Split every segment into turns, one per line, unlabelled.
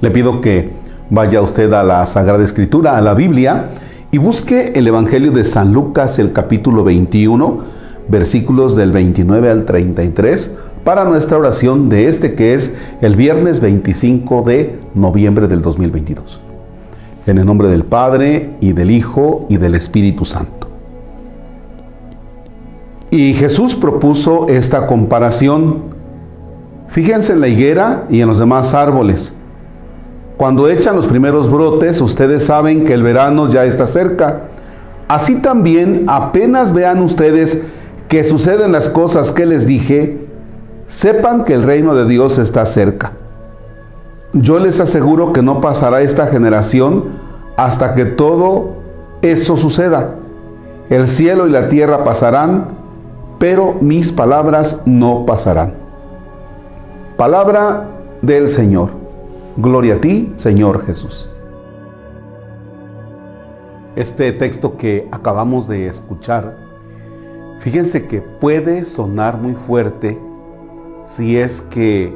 Le pido que vaya usted a la Sagrada Escritura, a la Biblia, y busque el Evangelio de San Lucas, el capítulo 21, versículos del 29 al 33, para nuestra oración de este que es el viernes 25 de noviembre del 2022. En el nombre del Padre, y del Hijo, y del Espíritu Santo. Y Jesús propuso esta comparación. Fíjense en la higuera y en los demás árboles. Cuando echan los primeros brotes, ustedes saben que el verano ya está cerca. Así también, apenas vean ustedes que suceden las cosas que les dije, sepan que el reino de Dios está cerca. Yo les aseguro que no pasará esta generación hasta que todo eso suceda. El cielo y la tierra pasarán, pero mis palabras no pasarán. Palabra del Señor. Gloria a ti, Señor Jesús. Este texto que acabamos de escuchar, fíjense que puede sonar muy fuerte si es que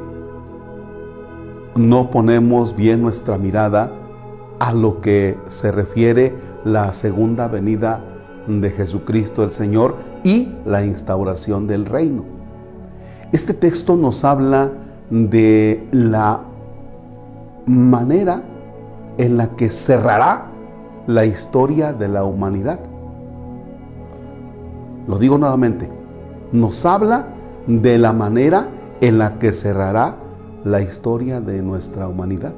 no ponemos bien nuestra mirada a lo que se refiere la segunda venida de Jesucristo el Señor y la instauración del reino. Este texto nos habla de la manera en la que cerrará la historia de la humanidad. Lo digo nuevamente, nos habla de la manera en la que cerrará la historia de nuestra humanidad.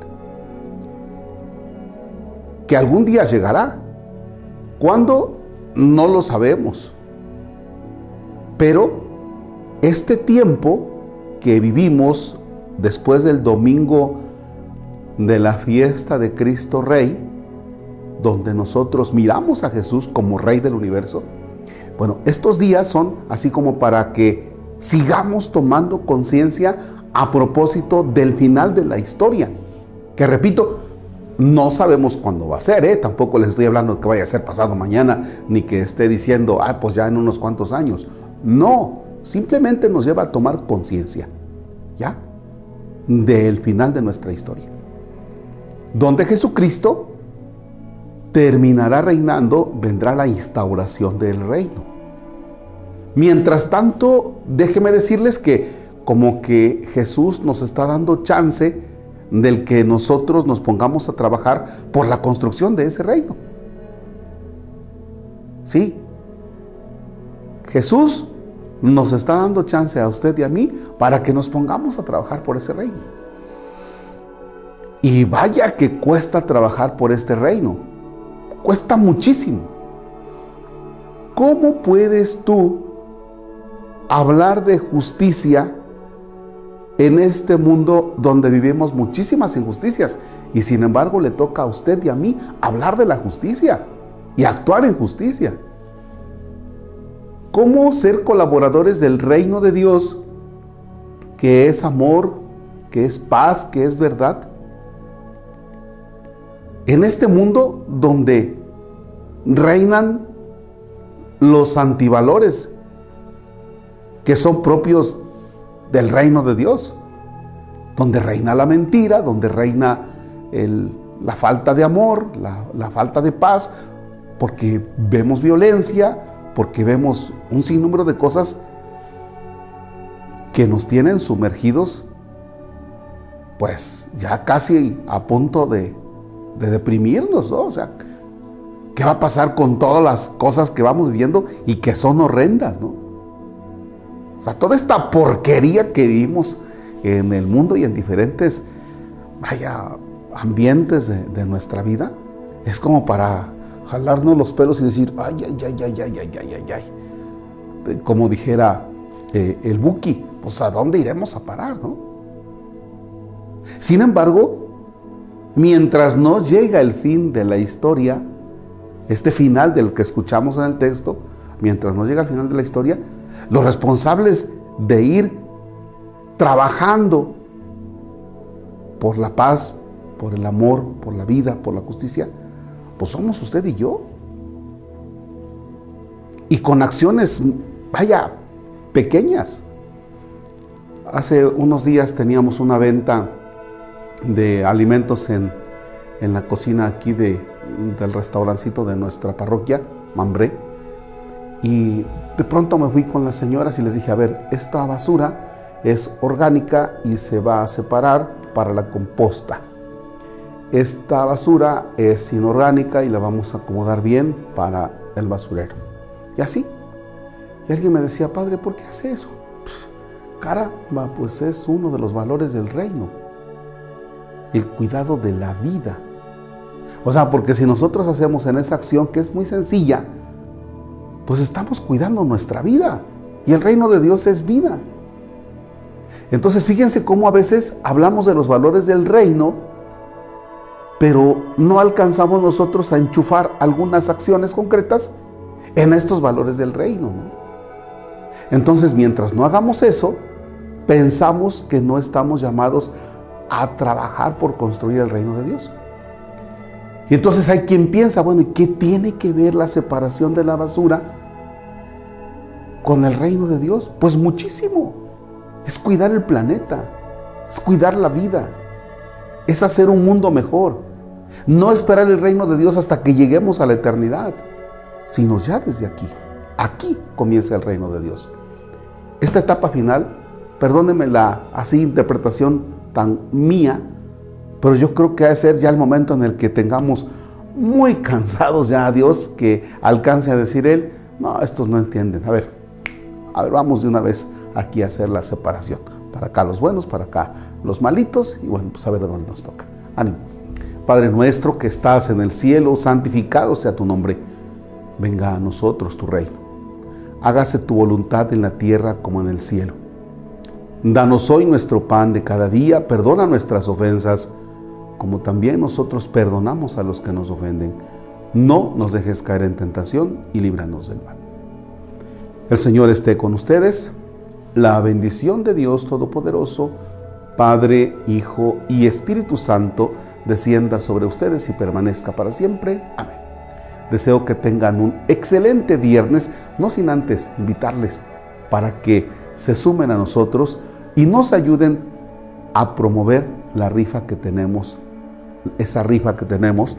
Que algún día llegará. ¿Cuándo? No lo sabemos. Pero este tiempo que vivimos después del domingo de la fiesta de Cristo Rey, donde nosotros miramos a Jesús como Rey del universo, bueno, estos días son así como para que sigamos tomando conciencia a propósito del final de la historia, que repito, no sabemos cuándo va a ser, tampoco les estoy hablando de que vaya a ser pasado mañana, ni que esté diciendo, pues ya en unos cuantos años. No, simplemente nos lleva a tomar conciencia, ¿ya? Del final de nuestra historia, donde Jesucristo terminará reinando, vendrá la instauración del reino. Mientras tanto, déjenme decirles que como que Jesús nos está dando chance del que nosotros nos pongamos a trabajar por la construcción de ese reino. Sí, Jesús nos está dando chance a usted y a mí para que nos pongamos a trabajar por ese reino. Y vaya que cuesta trabajar por este reino. Cuesta muchísimo. ¿Cómo puedes tú hablar de justicia en este mundo donde vivimos muchísimas injusticias? Y sin embargo le toca a usted y a mí hablar de la justicia y actuar en justicia. ¿Cómo ser colaboradores del reino de Dios, que es amor, que es paz, que es verdad? En este mundo donde reinan los antivalores que son propios del reino de Dios, donde reina la mentira, donde reina la falta de amor, la falta de paz, porque vemos violencia, porque vemos un sinnúmero de cosas que nos tienen sumergidos, pues ya casi a punto de deprimirnos, ¿no? O sea, ¿qué va a pasar con todas las cosas que vamos viviendo y que son horrendas, ¿no? O sea, toda esta porquería que vivimos en el mundo y en diferentes, ambientes de nuestra vida, es como para jalarnos los pelos y decir, ay. Como dijera el Buki, pues ¿a dónde iremos a parar, no? Sin embargo, mientras no llega el fin de la historia, este final del que escuchamos en el texto, mientras no llega el final de la historia, los responsables de ir trabajando por la paz, por el amor, por la vida, por la justicia, pues somos usted y yo. Y con acciones, pequeñas. Hace unos días teníamos una venta de alimentos en la cocina aquí del restaurancito de nuestra parroquia, Mambré. Y de pronto me fui con las señoras y les dije, a ver, esta basura es orgánica y se va a separar para la composta. Esta basura es inorgánica y la vamos a acomodar bien para el basurero. Y así. Y alguien me decía, padre, ¿por qué hace eso? Caramba, pues es uno de los valores del reino. El cuidado de la vida. O sea, porque si nosotros hacemos en esa acción que es muy sencilla, pues estamos cuidando nuestra vida. Y el reino de Dios es vida. Entonces, fíjense cómo a veces hablamos de los valores del reino, pero no alcanzamos nosotros a enchufar algunas acciones concretas en estos valores del reino, ¿no? Entonces, mientras no hagamos eso, pensamos que no estamos llamados a trabajar por construir el reino de Dios. Y entonces hay quien piensa, bueno, ¿y qué tiene que ver la separación de la basura con el reino de Dios? Pues muchísimo. Es cuidar el planeta, es cuidar la vida, es hacer un mundo mejor. No esperar el reino de Dios hasta que lleguemos a la eternidad, sino ya desde aquí. Aquí comienza el reino de Dios. Esta etapa final, perdónenme la así interpretación tan mía, pero yo creo que ha de ser ya el momento en el que tengamos muy cansados ya a Dios, que alcance a decir Él, no, estos no entienden. A ver, vamos de una vez aquí a hacer la separación. Para acá los buenos, para acá los malitos, y bueno, pues a ver a dónde nos toca. Ánimo. Padre nuestro que estás en el cielo, santificado sea tu nombre. Venga a nosotros tu reino. Hágase tu voluntad en la tierra como en el cielo. Danos hoy nuestro pan de cada día, perdona nuestras ofensas, como también nosotros perdonamos a los que nos ofenden. No nos dejes caer en tentación y líbranos del mal. El Señor esté con ustedes. La bendición de Dios Todopoderoso, Padre, Hijo y Espíritu Santo, descienda sobre ustedes y permanezca para siempre. Amén. Deseo que tengan un excelente viernes, no sin antes invitarles para que se sumen a nosotros y nos ayuden a promover la rifa que tenemos, esa rifa que tenemos,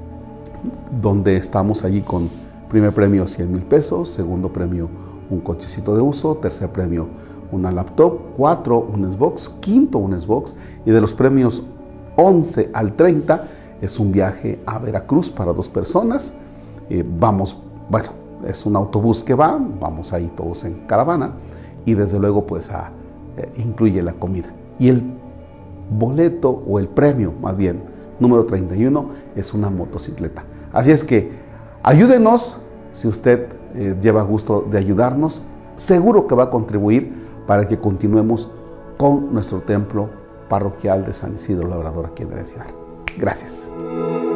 donde estamos allí con primer premio 100,000 pesos, segundo premio un cochecito de uso, tercer premio una laptop, 4 un Xbox, quinto un Xbox, y de los premios 11 al 30 es un viaje a Veracruz para 2 personas. Vamos, bueno, es un autobús que vamos ahí todos en caravana, y desde luego pues incluye la comida. Y el boleto, o el premio más bien, número 31, es una motocicleta. Así es que ayúdenos, si usted lleva gusto de ayudarnos, seguro que va a contribuir para que continuemos con nuestro templo parroquial de San Isidro Labrador aquí en el Encinar. Gracias.